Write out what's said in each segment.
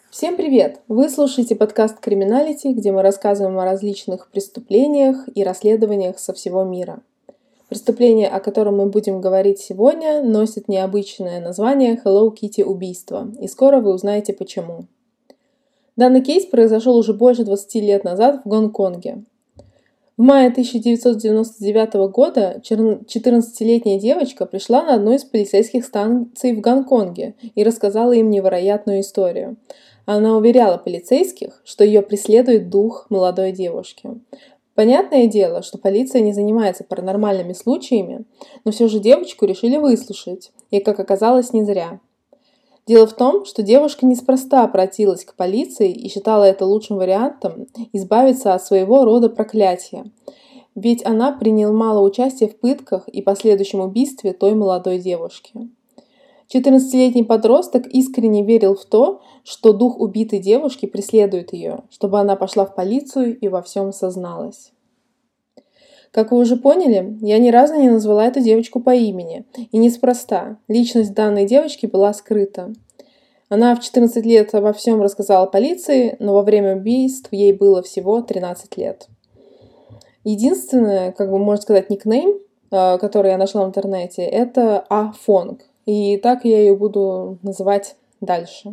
Всем привет! Вы слушаете подкаст «Криминалити», где мы рассказываем о различных преступлениях и расследованиях со всего мира. Преступление, о котором мы будем говорить сегодня, носит необычное название Hello Kitty убийство, и скоро вы узнаете почему. Данный кейс произошел уже больше 20 лет назад в Гонконге. В мае 1999 года 14-летняя девочка пришла на одну из полицейских станций в Гонконге и рассказала им невероятную историю. Она уверяла полицейских, что ее преследует дух молодой девушки. Понятное дело, что полиция не занимается паранормальными случаями, но все же девочку решили выслушать, и, как оказалось, не зря. Дело в том, что девушка неспроста обратилась к полиции и считала это лучшим вариантом избавиться от своего рода проклятия. Ведь она принимала участие в пытках и последующем убийстве той молодой девушки. 14-летний подросток искренне верил в то, что дух убитой девушки преследует ее, чтобы она пошла в полицию и во всем созналась. Как вы уже поняли, я ни разу не назвала эту девочку по имени, и неспроста. Личность данной девочки была скрыта. Она в 14 лет обо всем рассказала полиции, но во время убийств ей было всего 13 лет. Единственное, можно сказать, никнейм, который я нашла в интернете, это А Фонг. И так я ее буду называть дальше.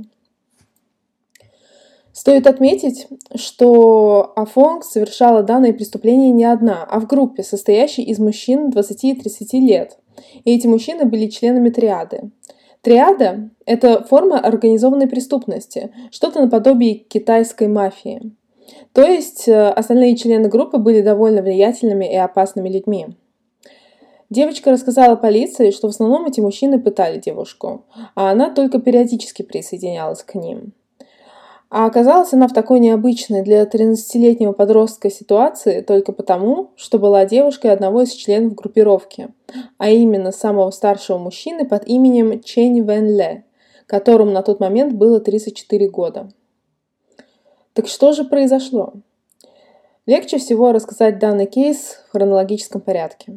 Стоит отметить, что Афонг совершала данное преступление не одна, а в группе, состоящей из мужчин 20 и 30 лет. И эти мужчины были членами триады. Триада – это форма организованной преступности, что-то наподобие китайской мафии. То есть остальные члены группы были довольно влиятельными и опасными людьми. Девочка рассказала полиции, что в основном эти мужчины пытали девушку, а она только периодически присоединялась к ним. А оказалась она в такой необычной для 13-летнего подростка ситуации только потому, что была девушкой одного из членов группировки, а именно самого старшего мужчины под именем Чэнь Вэн Ле, которому на тот момент было 34 года. Так что же произошло? Легче всего рассказать данный кейс в хронологическом порядке.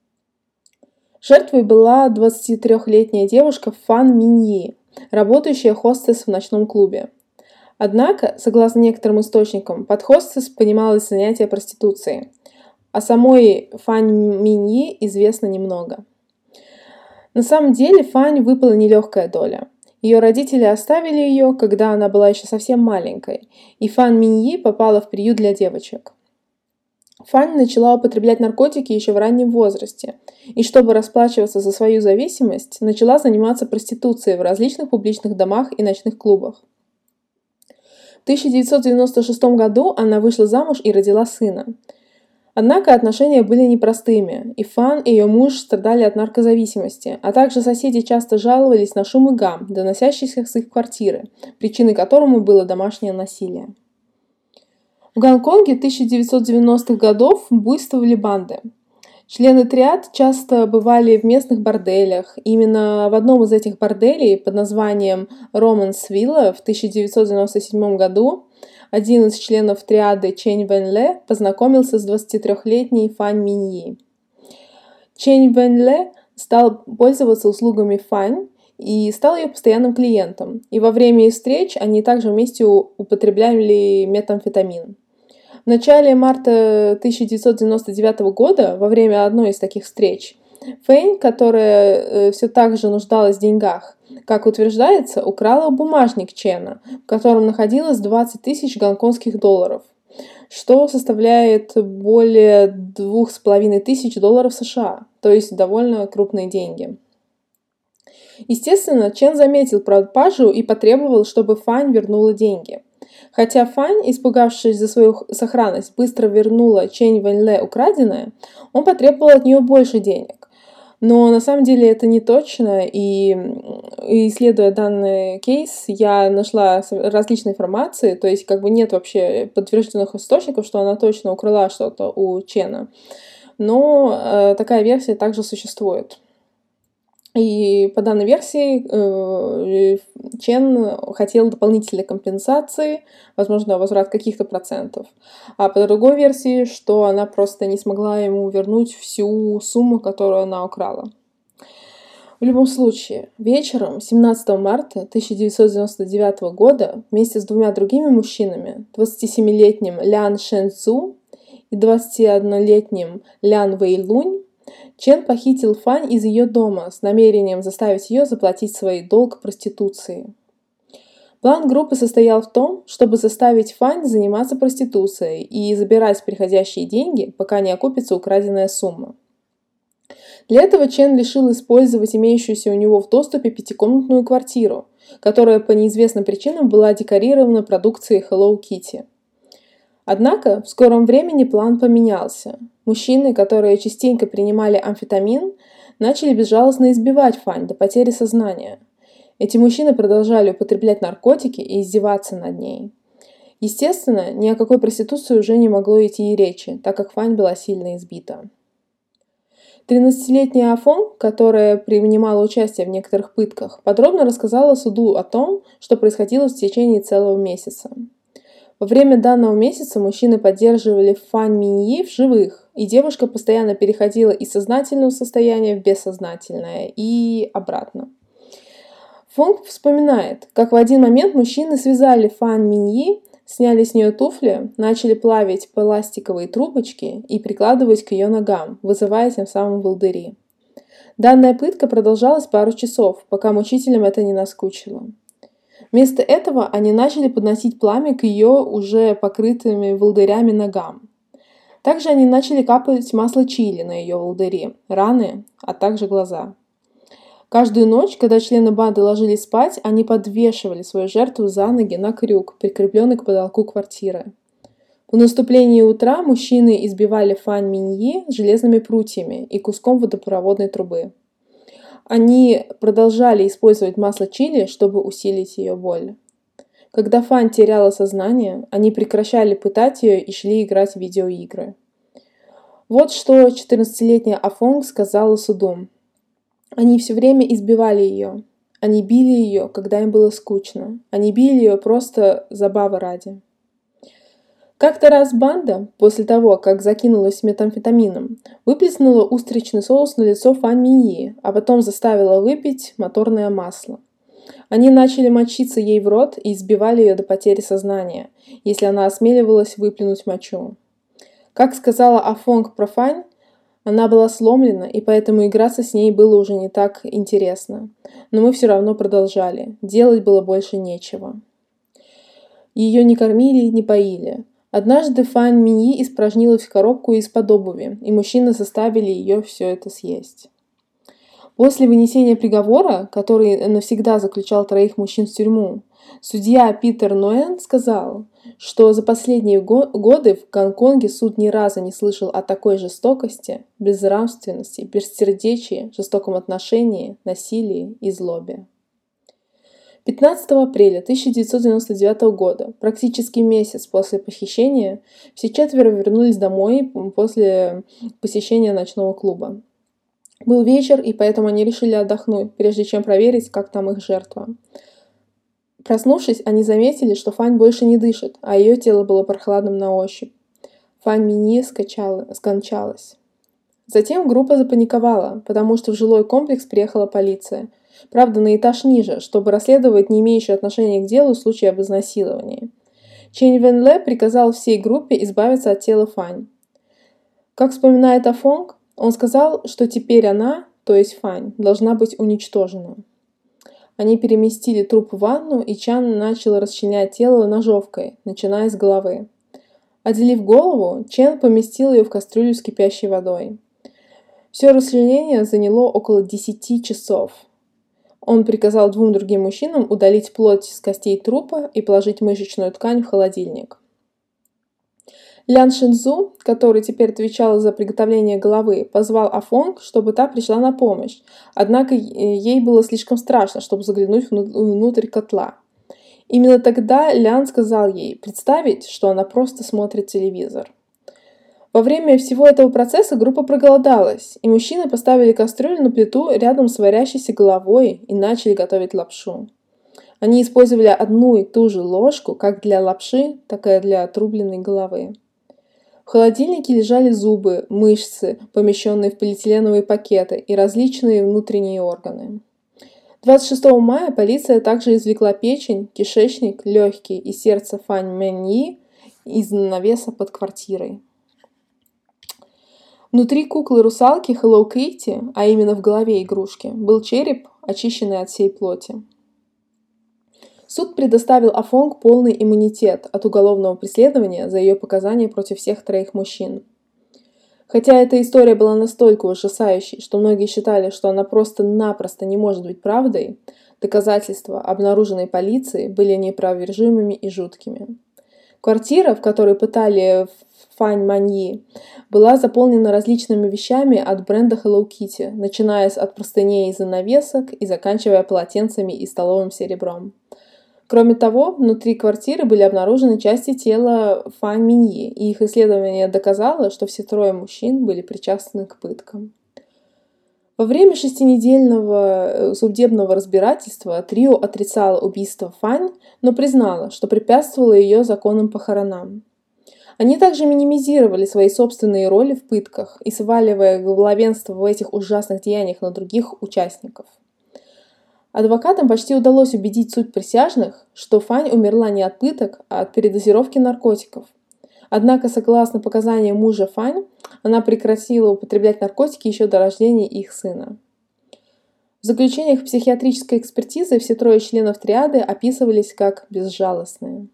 Жертвой была 23-летняя девушка Фан Миньи, работающая хостес в ночном клубе. Однако, согласно некоторым источникам, под хостес понималось занятие проституцией. О самой Фан Миньи известно немного. На самом деле Фань выпала нелегкая доля. Ее родители оставили ее, когда она была еще совсем маленькой, и Фан Миньи попала в приют для девочек. Фань начала употреблять наркотики еще в раннем возрасте, и чтобы расплачиваться за свою зависимость, начала заниматься проституцией в различных публичных домах и ночных клубах. В 1996 году она вышла замуж и родила сына. Однако отношения были непростыми, и Фан и ее муж страдали от наркозависимости, а также соседи часто жаловались на шум и гам, доносящийся с их квартиры, причиной которому было домашнее насилие. В Гонконге 1990-х годов буйствовали банды. Члены триад часто бывали в местных борделях. Именно в одном из этих борделей под названием Романс Вилла в 1997 году один из членов триады Чэнь Вэн Ле познакомился с 23-летней Фань Миньи. Чэнь Вэн Ле стал пользоваться услугами Фань и стал ее постоянным клиентом. И во время их встреч они также вместе употребляли метамфетамин. В начале марта 1999 года, во время одной из таких встреч, Фэнь, которая все так же нуждалась в деньгах, как утверждается, украла бумажник Чена, в котором находилось 20 тысяч гонконгских долларов, что составляет более $2500 США, то есть довольно крупные деньги. Естественно, Чен заметил пропажу и потребовал, чтобы Фань вернула деньги. Хотя Фань, испугавшись за свою сохранность, быстро вернула Чэнь Вэн Ле украденное, он потребовал от нее больше денег. Но на самом деле это не точно, и исследуя данный кейс, я нашла различные информации, то есть нет вообще подтвержденных источников, что она точно украла что-то у Чена. Но такая версия также существует. И по данной версии Чен хотел дополнительной компенсации, возможно, возврат каких-то процентов. А по другой версии, что она просто не смогла ему вернуть всю сумму, которую она украла. В В любом случае, вечером 17 марта 1999 года вместе с двумя другими мужчинами, 27-летним Лян Шэньцзу и 21-летним Лян Вэйлунь, Чен похитил Фань из ее дома с намерением заставить ее заплатить свой долг проституции. План группы состоял в том, чтобы заставить Фань заниматься проституцией и забирать приходящие деньги, пока не окупится украденная сумма. Для этого Чен решил использовать имеющуюся у него в доступе пятикомнатную квартиру, которая по неизвестным причинам была декорирована продукцией Hello Kitty. Однако в скором времени план поменялся. Мужчины, которые частенько принимали амфетамин, начали безжалостно избивать Фань до потери сознания. Эти мужчины продолжали употреблять наркотики и издеваться над ней. Естественно, ни о какой проституции уже не могло идти и речи, так как Фань была сильно избита. 13-летняя Афон, которая принимала участие в некоторых пытках, подробно рассказала суду о том, что происходило в течение целого месяца. Во время данного месяца мужчины поддерживали Фань Миньи в живых, и девушка постоянно переходила из сознательного состояния в бессознательное и обратно. Фонг вспоминает, как в один момент мужчины связали Фань Миньи, сняли с нее туфли, начали плавить пластиковые трубочки и прикладывать к ее ногам, вызывая тем самым волдыри. Данная пытка продолжалась пару часов, пока мучителям это не наскучило. Вместо этого они начали подносить пламя к ее уже покрытыми волдырями ногам. Также они начали капать масло чили на ее волдыри, раны, а также глаза. Каждую ночь, когда члены банды ложились спать, они подвешивали свою жертву за ноги на крюк, прикрепленный к потолку квартиры. По наступлении утра мужчины избивали Фань Миньи железными прутьями и куском водопроводной трубы. Они продолжали использовать масло чили, чтобы усилить ее боль. Когда Фань теряла сознание, они прекращали пытать ее и шли играть в видеоигры. Вот что 14-летняя Афонг сказала суду. Они все время избивали ее. Они били ее, когда им было скучно. Они били ее просто забавы ради. Как-то раз банда, после того, как закинулась метамфетамином, выплеснула устричный соус на лицо Фань Миньи, а потом заставила выпить моторное масло. Они начали мочиться ей в рот и избивали ее до потери сознания, если она осмеливалась выплюнуть мочу. Как сказала Афонг про Фань, она была сломлена, и поэтому играться с ней было уже не так интересно. Но мы все равно продолжали. Делать было больше нечего. Ее не кормили, не поили. Однажды Фань Миньи испражнилась в коробку из-под обуви, и мужчины заставили ее все это съесть. После вынесения приговора, который навсегда заключал 3 мужчин в тюрьму, судья Питер Ноэн сказал, что за последние годы в Гонконге суд ни разу не слышал о такой жестокости, безнравственности, бессердечии, жестоком отношении, насилии и злобе. 15 апреля 1999 года, практически месяц после похищения, все 4 вернулись домой после посещения ночного клуба. Был вечер, и поэтому они решили отдохнуть, прежде чем проверить, как там их жертва. Проснувшись, они заметили, что Фань больше не дышит, а ее тело было прохладным на ощупь. Фань Миньи скончалась. Затем группа запаниковала, потому что в жилой комплекс приехала полиция. Правда, на этаж ниже, чтобы расследовать не имеющие отношения к делу случай об изнасиловании. Чэнь Вэньле приказал всей группе избавиться от тела Фань. Как вспоминает Афонг, он сказал, что теперь она, то есть Фань, должна быть уничтожена. Они переместили труп в ванну, и Чан начал расчленять тело ножовкой, начиная с головы. Отделив голову, Чен поместил ее в кастрюлю с кипящей водой. Все расчленение заняло около 10 часов. Он приказал 2 другим мужчинам удалить плоть с костей трупа и положить мышечную ткань в холодильник. Лян Шэньцзу, который теперь отвечал за приготовление головы, позвал Афонг, чтобы та пришла на помощь, однако ей было слишком страшно, чтобы заглянуть внутрь котла. Именно тогда Лян сказал ей представить, что она просто смотрит телевизор. Во время всего этого процесса группа проголодалась, и мужчины поставили кастрюлю на плиту рядом с варящейся головой и начали готовить лапшу. Они использовали одну и ту же ложку как для лапши, так и для отрубленной головы. В холодильнике лежали зубы, мышцы, помещенные в полиэтиленовые пакеты, и различные внутренние органы. 26 мая полиция также извлекла печень, кишечник, легкие и сердце Фань Мэньи из навеса под квартирой. Внутри куклы-русалки Hello Kitty, а именно в голове игрушки, был череп, очищенный от всей плоти. Суд предоставил Афонг полный иммунитет от уголовного преследования за ее показания против всех троих мужчин. Хотя эта история была настолько ужасающей, что многие считали, что она просто-напросто не может быть правдой, доказательства, обнаруженные полицией, были неопровержимыми и жуткими. Квартира, в которой пытали Фань Маньи, была заполнена различными вещами от бренда Hello Kitty, начиная от простыней и занавесок и заканчивая полотенцами и столовым серебром. Кроме того, внутри квартиры были обнаружены части тела Фань Миньи, и их исследование доказало, что все трое мужчин были причастны к пыткам. Во время 6-недельного судебного разбирательства трио отрицало убийство Фань, но признало, что препятствовало ее законным похоронам. Они также минимизировали свои собственные роли в пытках и сваливая главенство в этих ужасных деяниях на других участников. Адвокатам почти удалось убедить суд присяжных, что Фань умерла не от пыток, а от передозировки наркотиков. Однако, согласно показаниям мужа Фань, она прекратила употреблять наркотики еще до рождения их сына. В заключениях психиатрической экспертизы все трое членов триады описывались как безжалостные.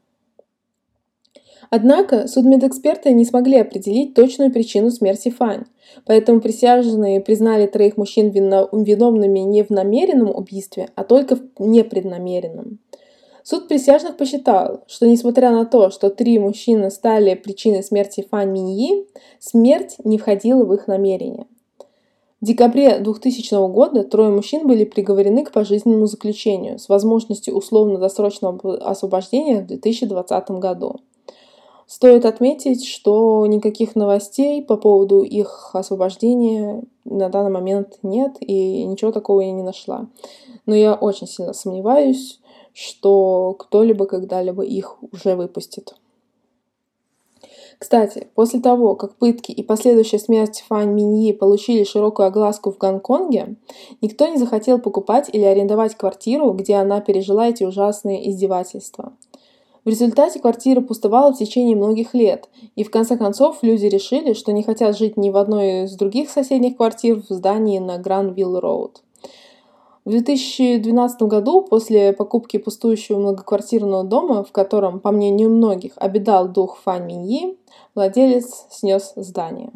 Однако судмедэксперты не смогли определить точную причину смерти Фань, поэтому присяжные признали троих мужчин виновными не в намеренном убийстве, а только в непреднамеренном. Суд присяжных посчитал, что несмотря на то, что 3 мужчины стали причиной смерти Фань Миньи, смерть не входила в их намерение. В декабре 2000 года 3 мужчин были приговорены к пожизненному заключению с возможностью условно-досрочного освобождения в 2020 году. Стоит отметить, что никаких новостей по поводу их освобождения на данный момент нет, и ничего такого я не нашла. Но я очень сильно сомневаюсь, что кто-либо когда-либо их уже выпустит. Кстати, после того, как пытки и последующая смерть Фань Миньи получили широкую огласку в Гонконге, никто не захотел покупать или арендовать квартиру, где она пережила эти ужасные издевательства. В результате квартира пустовала в течение многих лет, и в конце концов люди решили, что не хотят жить ни в одной из других соседних квартир в здании на Гранвилл-Роуд. В 2012 году, после покупки пустующего многоквартирного дома, в котором, по мнению многих, обитал дух Фань Миньи, владелец снес здание.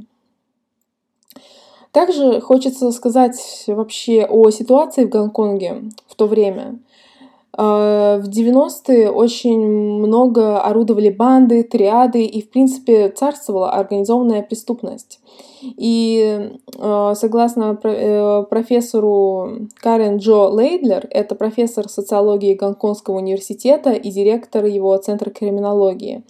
Также хочется сказать вообще о ситуации в Гонконге в то время. В 90-е очень много орудовали банды, триады, и, в принципе, царствовала организованная преступность. И согласно профессору Карен Джо Лейдлер, это профессор социологии Гонконгского университета и директор его Центра криминологии,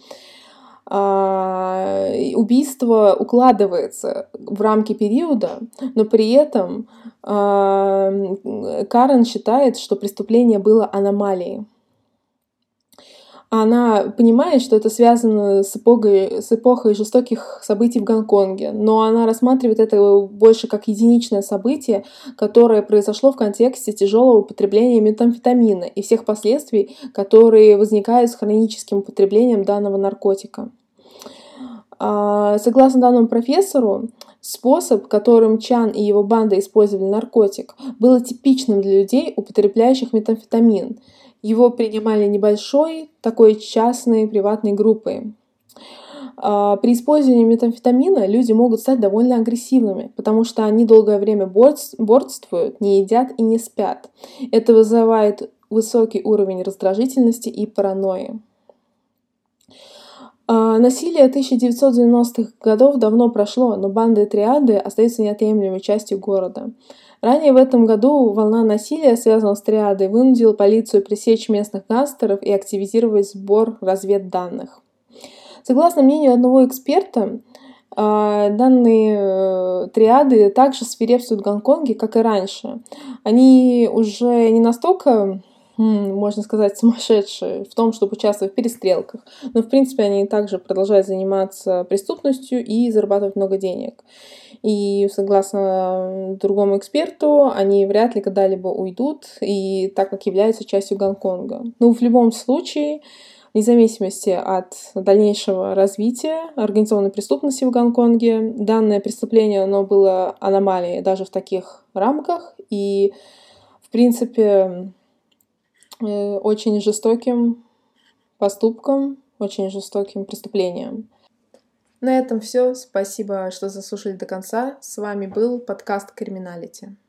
убийство укладывается в рамки периода, но при этом Карен считает, что преступление было аномалией. Она понимает, что это связано с эпохой жестоких событий в Гонконге, но она рассматривает это больше как единичное событие, которое произошло в контексте тяжелого употребления метамфетамина и всех последствий, которые возникают с хроническим употреблением данного наркотика. Согласно данному профессору, способ, которым Чан и его банда использовали наркотик, был типичным для людей, употребляющих метамфетамин. Его принимали небольшой, такой частной, приватной группой. При использовании метамфетамина люди могут стать довольно агрессивными, потому что они долгое время борствуют, не едят и не спят. Это вызывает высокий уровень раздражительности и паранойи. Насилие 1990-х годов давно прошло, но банды и триады остаются неотъемлемой частью города. Ранее в этом году волна насилия, связанного с триадой, вынудила полицию пресечь местных гангстеров и активизировать сбор разведданных. Согласно мнению одного эксперта, данные триады также свирепствуют в Гонконге, как и раньше. Они уже не настолько можно сказать, сумасшедшие в том, чтобы участвовать в перестрелках. Но, в принципе, они также продолжают заниматься преступностью и зарабатывать много денег. И, согласно другому эксперту, они вряд ли когда-либо уйдут, и так как являются частью Гонконга. Ну, в любом случае, вне зависимости от дальнейшего развития организованной преступности в Гонконге, данное преступление, оно было аномалией даже в таких рамках, и, в принципе, очень жестоким поступком, очень жестоким преступлением. На этом все. Спасибо, что заслушали до конца. С вами был подкаст Криминалити.